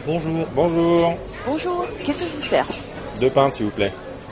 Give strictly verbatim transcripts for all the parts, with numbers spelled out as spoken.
Bonjour. Bonjour. Bonjour, qu'est-ce que je vous sers? Deux pintes, s'il vous plaît.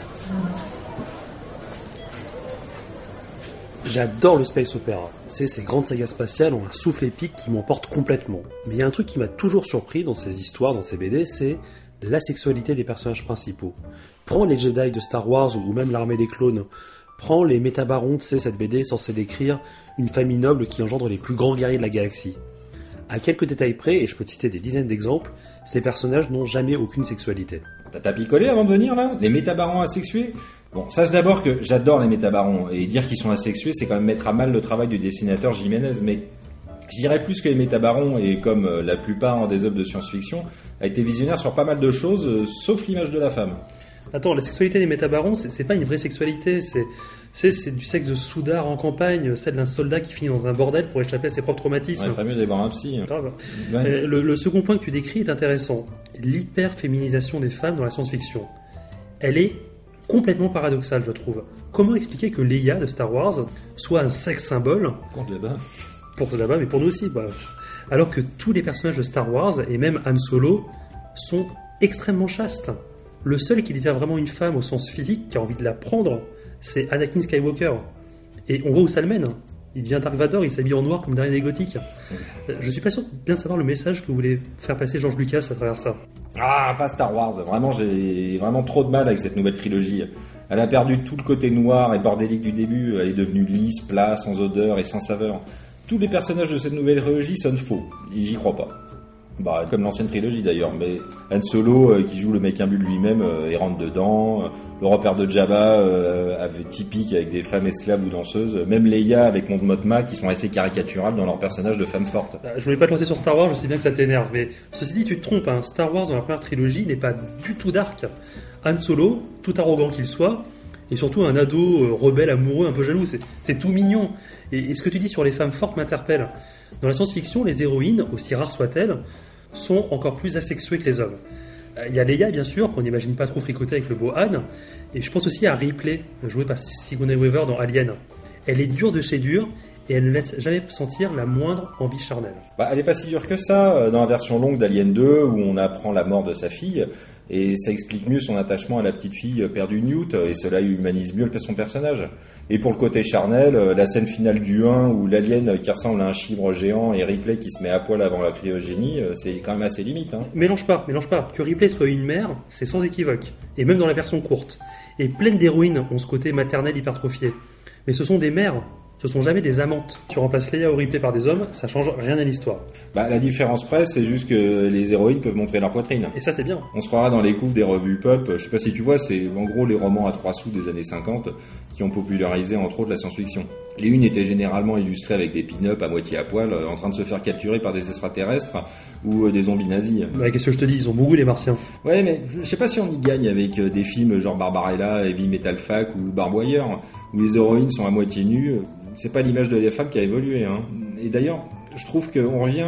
J'adore le space opera. C'est ces grandes sagas spatiales ont un souffle épique qui m'emporte complètement. Mais il y a un truc qui m'a toujours surpris dans ces histoires, dans ces B D, c'est la sexualité des personnages principaux. Prends les Jedi de Star Wars ou même l'armée des clones. Prends les Métabarons, c'est cette B D censée décrire une famille noble qui engendre les plus grands guerriers de la galaxie. À quelques détails près, et je peux te citer des dizaines d'exemples, ces personnages n'ont jamais aucune sexualité. T'as picolé avant de venir là? Les métabarons asexués? Bon, sache d'abord que j'adore les métabarons, et dire qu'ils sont asexués, c'est quand même mettre à mal le travail du dessinateur Jiménez, mais je dirais plus que les métabarons, et comme euh, la plupart des œuvres de science-fiction, a été visionnaire sur pas mal de choses, euh, sauf l'image de la femme. Attends, la sexualité des métabarons, c'est, c'est pas une vraie sexualité, c'est, c'est, c'est du sexe de soudard en campagne, celle d'un soldat qui finit dans un bordel pour échapper à ses propres traumatismes. Ouais, il ferait mieux d'aller voir un psy. Grave. Ouais. Le, le second point que tu décris est intéressant. L'hyperféminisation des femmes dans la science-fiction. Elle est complètement paradoxale, je trouve. Comment expliquer que Leia de Star Wars soit un sexe symbole Compte là-bas. pour là-bas, mais pour nous aussi, bah, alors que tous les personnages de Star Wars, et même Han Solo, sont extrêmement chastes. Le seul qui désire vraiment une femme au sens physique, qui a envie de la prendre, c'est Anakin Skywalker. Et on voit où ça le mène. Il devient Dark Vador, il s'habille en noir comme le dernier des gothiques. Je suis pas sûr de bien savoir le message que voulait faire passer George Lucas à travers ça. Ah, pas Star Wars. Vraiment, j'ai vraiment trop de mal avec cette nouvelle trilogie. Elle a perdu tout le côté noir et bordélique du début. Elle est devenue lisse, plat, sans odeur et sans saveur. Tous les personnages de cette nouvelle trilogie sonnent faux. J'y crois pas. Bah, comme l'ancienne trilogie d'ailleurs, mais Han Solo euh, qui joue le mec imbu de lui-même euh, et rentre dedans, euh, le repère de Jabba euh, avait typique avec des femmes esclaves ou danseuses, même Leia avec Mon Mothma qui sont assez caricaturales dans leur personnage de femme forte. Bah, je voulais pas te lancer sur Star Wars, je sais bien que ça t'énerve, mais ceci dit, tu te trompes, hein. Star Wars dans la première trilogie n'est pas du tout dark. Han Solo, tout arrogant qu'il soit, et surtout un ado euh, rebelle, amoureux, un peu jaloux, c'est, c'est tout mignon. Et, et ce que tu dis sur les femmes fortes m'interpelle. Dans la science-fiction, les héroïnes, aussi rares soient-elles, sont encore plus asexuées que les hommes. Il y a Leia, bien sûr, qu'on n'imagine pas trop fricoter avec le beau Han, et je pense aussi à Ripley, jouée par Sigourney Weaver dans Alien. Elle est dure de chez dure, et elle ne laisse jamais sentir la moindre envie charnelle. Bah, elle est pas si dure que ça. Dans la version longue d'Alien deux, où on apprend la mort de sa fille, et ça explique mieux son attachement à la petite fille perdue Newt, et cela humanise mieux son personnage. Et pour le côté charnel, la scène finale du un, où l'alien qui ressemble à un chivre géant et Ripley qui se met à poil avant la cryogénie, c'est quand même assez limite. Hein. Mélange pas, mélange pas. Que Ripley soit une mère, c'est sans équivoque. Et même dans la version courte. Et pleine d'héroïnes ont ce côté maternel hypertrophié. Mais ce sont des mères. Ce sont jamais des amantes. Tu remplaces Leia ou Ripley par des hommes, ça change rien à l'histoire. Bah, la différence près, c'est juste que les héroïnes peuvent montrer leur poitrine. Et ça, c'est bien. On se croira dans les couves des revues pop. Je sais pas si tu vois, c'est en gros les romans à trois sous des années cinquante qui ont popularisé entre autres la science-fiction. Les unes étaient généralement illustrées avec des pin-up à moitié à poil, en train de se faire capturer par des extraterrestres ou des zombies nazis. Bah, qu'est-ce que je te dis, ils ont beaucoup les martiens. Ouais, mais je sais pas si on y gagne avec des films genre Barbarella, Heavy Metal Fac ou Barboyeur, où les héroïnes sont à moitié nues. C'est pas l'image de la femme qui a évolué. Hein. Et d'ailleurs, je trouve qu'on revient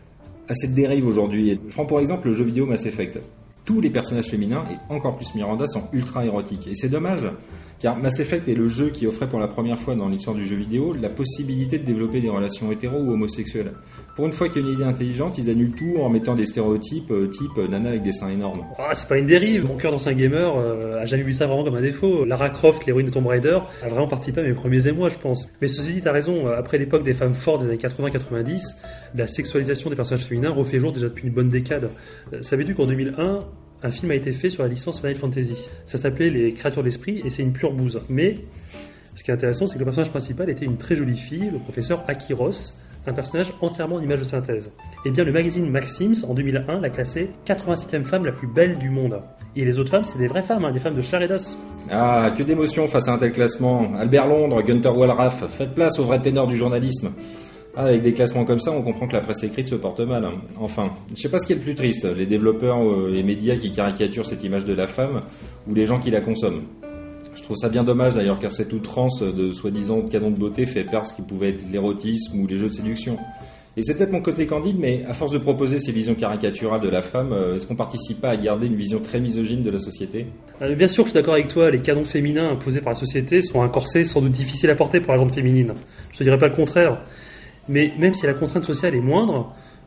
à cette dérive aujourd'hui. Je prends pour exemple le jeu vidéo Mass Effect. Tous les personnages féminins, et encore plus Miranda, sont ultra érotiques. Et c'est dommage, car Mass Effect est le jeu qui offrait pour la première fois dans l'histoire du jeu vidéo la possibilité de développer des relations hétéro ou homosexuelles. Pour une fois qu'il y a une idée intelligente, ils annulent tout en mettant des stéréotypes euh, type euh, nana avec des seins énormes. Ah, c'est pas une dérive. Mon cœur d'ancien gamer euh, a jamais vu ça vraiment comme un défaut. Lara Croft, l'héroïne de Tomb Raider, a vraiment participé à mes premiers émois, je pense. Mais ceci dit, t'as raison. Après l'époque des femmes fortes des années quatre-vingts quatre-vingt-dix, la sexualisation des personnages féminins refait jour déjà depuis une bonne décade. Euh, savais-tu qu'en deux mille un, un film a été fait sur la licence Final Fantasy. Ça s'appelait Les Créatures de l'Esprit et c'est une pure bouse. Mais ce qui est intéressant, c'est que le personnage principal était une très jolie fille, le professeur Akyros, un personnage entièrement en image de synthèse. Et bien le magazine Maxims, en deux mille un, l'a classée quatre-vingt-septième femme la plus belle du monde. Et les autres femmes, c'est des vraies femmes, hein, des femmes de chair et d'os. Ah, que d'émotion face à un tel classement. Albert Londres, Gunther Wallraff, faites place au vrai ténor du journalisme. Ah, avec des classements comme ça, on comprend que la presse écrite se porte mal. Hein. Enfin, je sais pas ce qui est le plus triste, les développeurs et les médias qui caricaturent cette image de la femme, ou les gens qui la consomment. Je trouve ça bien dommage d'ailleurs, car cette outrance de soi-disant canon de beauté fait perdre ce qui pouvait être l'érotisme ou les jeux de séduction. Et c'est peut-être mon côté candide, mais à force de proposer ces visions caricaturales de la femme, est-ce qu'on participe pas à garder une vision très misogyne de la société ? euh, Bien sûr que je suis d'accord avec toi, les canons féminins imposés par la société sont un corset sans doute difficile à porter pour la gente féminine. Je te dirais pas le contraire. Mais même si la contrainte sociale est moindre,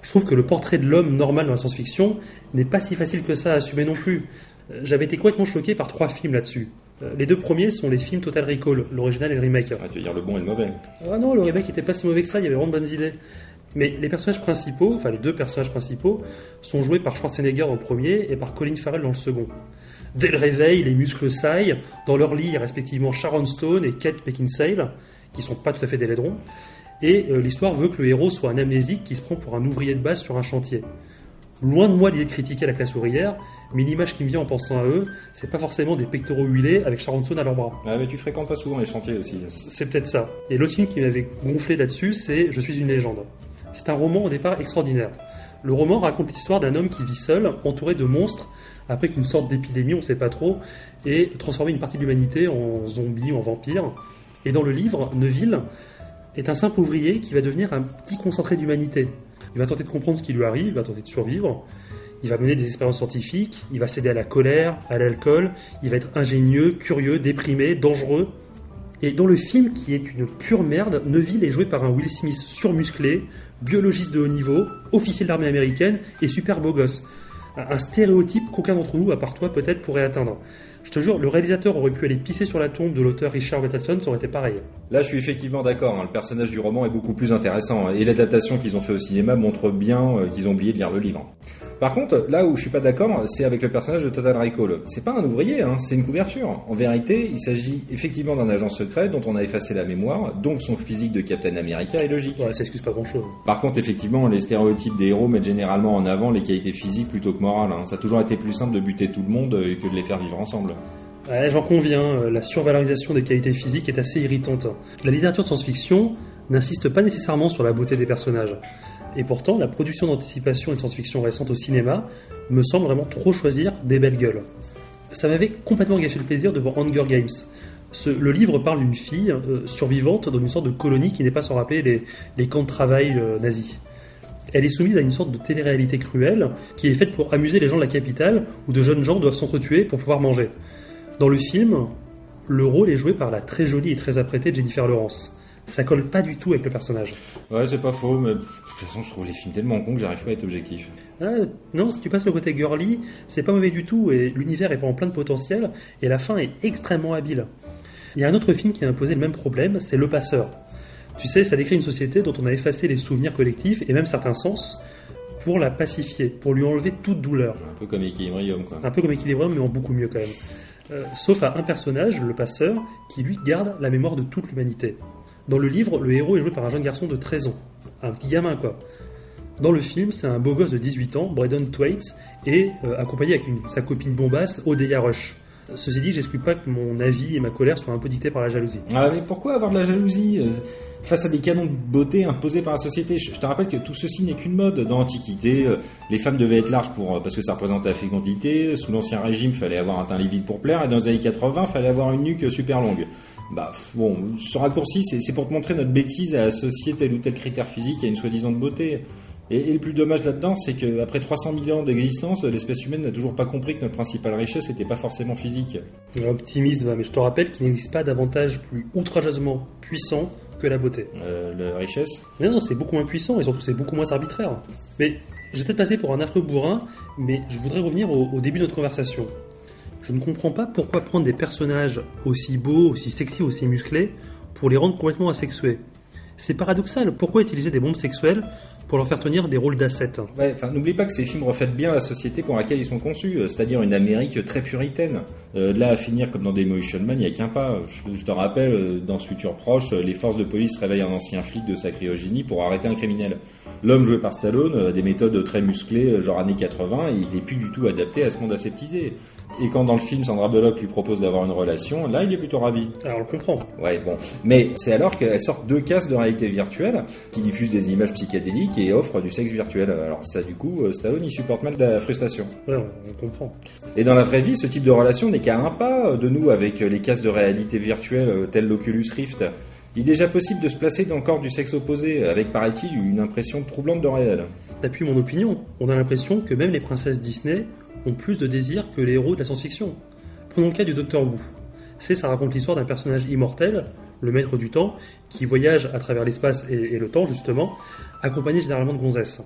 Je trouve que le portrait de l'homme normal dans la science-fiction n'est pas si facile que ça à assumer non plus. J'avais été complètement choqué par trois films là-dessus. Les deux premiers sont les films Total Recall, l'original et le remake. Ah, tu veux dire le bon et le mauvais. Ah non, le remake était pas si mauvais que ça, il y avait vraiment de bonnes idées. Mais les personnages principaux, enfin les deux personnages principaux, sont joués par Schwarzenegger dans le premier et par Colin Farrell dans le second. Dès le réveil, les muscles saillent. Dans leur lit, il y a respectivement Sharon Stone et Kate Beckinsale, qui sont pas tout à fait des laidrons. Et euh, l'histoire veut que le héros soit un amnésique qui se prend pour un ouvrier de base sur un chantier. Loin de moi l'idée de critiquer la classe ouvrière, mais l'image qui me vient en pensant à eux, c'est pas forcément des pectoraux huilés avec Sharon Stone à leurs bras. Ah mais tu fréquentes pas souvent les chantiers aussi. C'est peut-être ça. Et l'autre film qui m'avait gonflé là-dessus, c'est Je suis une légende. C'est un roman au départ extraordinaire. Le roman raconte l'histoire d'un homme qui vit seul, entouré de monstres, après qu'une sorte d'épidémie, on sait pas trop, ait transformé une partie de l'humanité en zombie, en vampire. Et dans le livre, Neville est un simple ouvrier qui va devenir un petit concentré d'humanité. Il va tenter de comprendre ce qui lui arrive, il va tenter de survivre, il va mener des expériences scientifiques, il va céder à la colère, à l'alcool, il va être ingénieux, curieux, déprimé, dangereux. Et dans le film, qui est une pure merde, Neville est joué par un Will Smith surmusclé, biologiste de haut niveau, officier de l'armée américaine et super beau gosse. Un stéréotype qu'aucun d'entre nous, à part toi, peut-être pourrait atteindre. Je te jure, le réalisateur aurait pu aller pisser sur la tombe de l'auteur Richard Matheson, ça aurait été pareil. Là, je suis effectivement d'accord, hein, le personnage du roman est beaucoup plus intéressant, hein, et l'adaptation qu'ils ont fait au cinéma montre bien euh, qu'ils ont oublié de lire le livre. Par contre, là où je suis pas d'accord, c'est avec le personnage de Total Recall. C'est pas un ouvrier, hein, c'est une couverture. En vérité, il s'agit effectivement d'un agent secret dont on a effacé la mémoire, donc son physique de Captain America est logique. Ouais, ça excuse pas grand-chose. Par contre, effectivement, les stéréotypes des héros mettent généralement en avant les qualités physiques plutôt que morales. Hein. Ça a toujours été plus simple de buter tout le monde que de les faire vivre ensemble. Ouais, j'en conviens, la survalorisation des qualités physiques est assez irritante. La littérature de science-fiction n'insiste pas nécessairement sur la beauté des personnages. Et pourtant, la production d'anticipation et de science-fiction récente au cinéma me semble vraiment trop choisir des belles gueules. Ça m'avait complètement gâché le plaisir de voir Hunger Games. Ce, le livre parle d'une fille euh, survivante dans une sorte de colonie qui n'est pas sans rappeler les, les camps de travail euh, nazis. Elle est soumise à une sorte de télé-réalité cruelle qui est faite pour amuser les gens de la capitale où de jeunes gens doivent s'entretuer pour pouvoir manger. Dans le film, le rôle est joué par la très jolie et très apprêtée Jennifer Lawrence. Ça colle pas du tout avec le personnage. Ouais, c'est pas faux, mais de toute façon, je trouve les films tellement cons que j'arrive pas à être objectif. Ah, non, si tu passes le côté girly, c'est pas mauvais du tout, et l'univers est vraiment plein de potentiel, et la fin est extrêmement habile. Il y a un autre film qui a imposé le même problème, c'est Le Passeur. Tu sais, ça décrit une société dont on a effacé les souvenirs collectifs, et même certains sens, pour la pacifier, pour lui enlever toute douleur. Un peu comme Equilibrium, quoi. Un peu comme Equilibrium, mais en beaucoup mieux quand même. Euh, sauf à un personnage, le passeur, qui lui garde la mémoire de toute l'humanité. Dans le livre, le héros est joué par un jeune garçon de treize ans. Un petit gamin, quoi. Dans le film, c'est un beau gosse de dix-huit ans, Braden Thwaites, et euh, accompagné avec une, sa copine bombasse, Odeya Rush. Ceci dit, j'exclus pas que mon avis et ma colère soient un peu dictés par la jalousie. Ah, mais pourquoi avoir de la jalousie euh, face à des canons de beauté imposés par la société? Je, je te rappelle que tout ceci n'est qu'une mode. Dans l'Antiquité, euh, les femmes devaient être larges pour, euh, parce que ça représentait la fécondité. Sous l'Ancien Régime, il fallait avoir un teint livide pour plaire. Et dans les années quatre-vingts, il fallait avoir une nuque super longue. Bah, bon, ce raccourci, c'est, c'est pour te montrer notre bêtise à associer tel ou tel critère physique à une soi-disant beauté. Et, et le plus dommage là-dedans, c'est qu'après trois cent mille ans d'existence, l'espèce humaine n'a toujours pas compris que notre principale richesse n'était pas forcément physique. Optimiste, mais je te rappelle qu'il n'existe pas d'avantage plus outrageusement puissant que la beauté. Euh, la richesse ? Mais non, c'est beaucoup moins puissant et surtout c'est beaucoup moins arbitraire. Mais j'ai peut-être passé pour un affreux bourrin, mais je voudrais revenir au, au début de notre conversation. Je ne comprends pas pourquoi prendre des personnages aussi beaux, aussi sexy, aussi musclés pour les rendre complètement asexués. C'est paradoxal, pourquoi utiliser des bombes sexuelles pour leur faire tenir des rôles d'assets? Ouais, enfin, n'oublie pas que ces films reflètent bien la société pour laquelle ils sont conçus, c'est-à-dire une Amérique très puritaine. Euh, de là à finir comme dans Demolition Man, il n'y a qu'un pas. Je, je te rappelle, dans ce futur proche, les forces de police réveillent un ancien flic de sa cryogénie pour arrêter un criminel. L'homme joué par Stallone a des méthodes très musclées, genre années quatre-vingts, et il n'est plus du tout adapté à ce monde aseptisé. Et quand dans le film Sandra Bullock lui propose d'avoir une relation, là il est plutôt ravi. Alors on le comprend. Ouais, bon. Mais c'est alors qu'elle sort deux casques de réalité virtuelle qui diffusent des images psychédéliques et offrent du sexe virtuel. Alors ça, du coup, Stallone il supporte mal de la frustration. Ouais, on, on comprend. Et dans la vraie vie, ce type de relation n'est qu'à un pas de nous avec les casques de réalité virtuelle tels l'Oculus Rift. Il est déjà possible de se placer dans le corps du sexe opposé, avec, paraît-il, une impression troublante de réel. T'appuies mon opinion. On a l'impression que même les princesses Disney ont plus de désir que les héros de la science-fiction. Prenons le cas du Docteur Who. C'est, ça raconte l'histoire d'un personnage immortel, le maître du temps, qui voyage à travers l'espace et, et le temps, justement, accompagné généralement de gonzesses.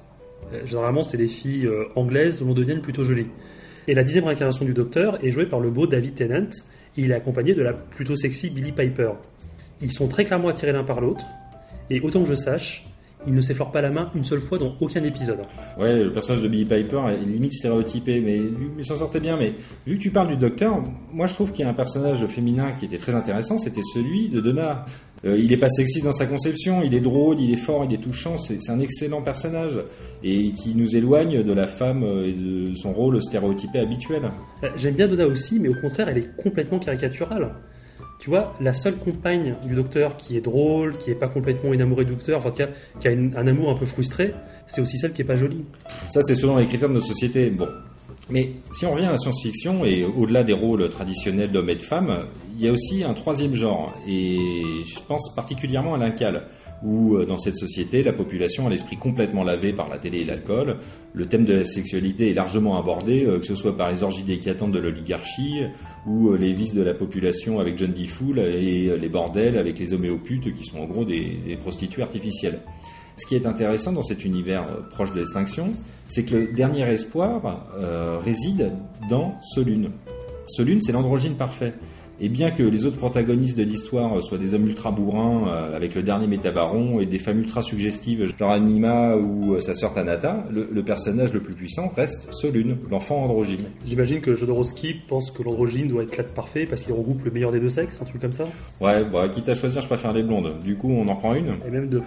Euh, généralement, c'est des filles euh, anglaises ou londoniennes plutôt jolies. Et la dixième incarnation du Docteur est jouée par le beau David Tennant, et il est accompagné de la plutôt sexy Billie Piper. Ils sont très clairement attirés l'un par l'autre, et autant que je sache, ils ne s'effleurent pas la main une seule fois dans aucun épisode. Ouais, le personnage de Billie Piper est limite stéréotypé, mais il s'en sortait bien. Mais vu que tu parles du Docteur, moi je trouve qu'il y a un personnage féminin qui était très intéressant, c'était celui de Donna. Euh, il est pas sexiste dans sa conception, il est drôle, il est fort, il est touchant, c'est, c'est un excellent personnage, et qui nous éloigne de la femme et de son rôle stéréotypé habituel. Euh, J'aime bien Donna aussi, mais au contraire, elle est complètement caricaturale. Tu vois, la seule compagne du Docteur qui est drôle, qui est pas complètement inamourée du Docteur, enfin en tout cas, qui a une, un amour un peu frustré, c'est aussi celle qui est pas jolie. Ça, c'est selon les critères de notre société. Bon. Mais si on revient à la science-fiction, et au-delà des rôles traditionnels d'hommes et de femmes, il y a aussi un troisième genre, et je pense particulièrement à l'Incal, où dans cette société, la population a l'esprit complètement lavé par la télé et l'alcool. Le thème de la sexualité est largement abordé, que ce soit par les orgies décatantes de l'oligarchie, ou les vices de la population avec John D. Fool, et les bordels avec les homéoputes, qui sont en gros des, des prostituées artificielles. Ce qui est intéressant dans cet univers proche de l'extinction, c'est que le dernier espoir euh, réside dans Solune. Solune, c'est l'androgyne parfait. Et bien que les autres protagonistes de l'histoire soient des hommes ultra bourrins euh, avec le dernier métabaron et des femmes ultra suggestives genre Anima ou euh, sa sœur Tanata, le, le personnage le plus puissant reste Solune, l'enfant androgyne. J'imagine que Jodorowsky pense que l'androgyne doit être l'être parfait parce qu'il regroupe le meilleur des deux sexes, un truc comme ça. Ouais, bah, quitte à choisir, je préfère les blondes. Du coup, on en prend une. Et même deux.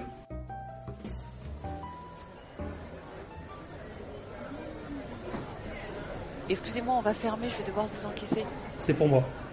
Excusez-moi, on va fermer, je vais devoir vous encaisser. C'est pour moi.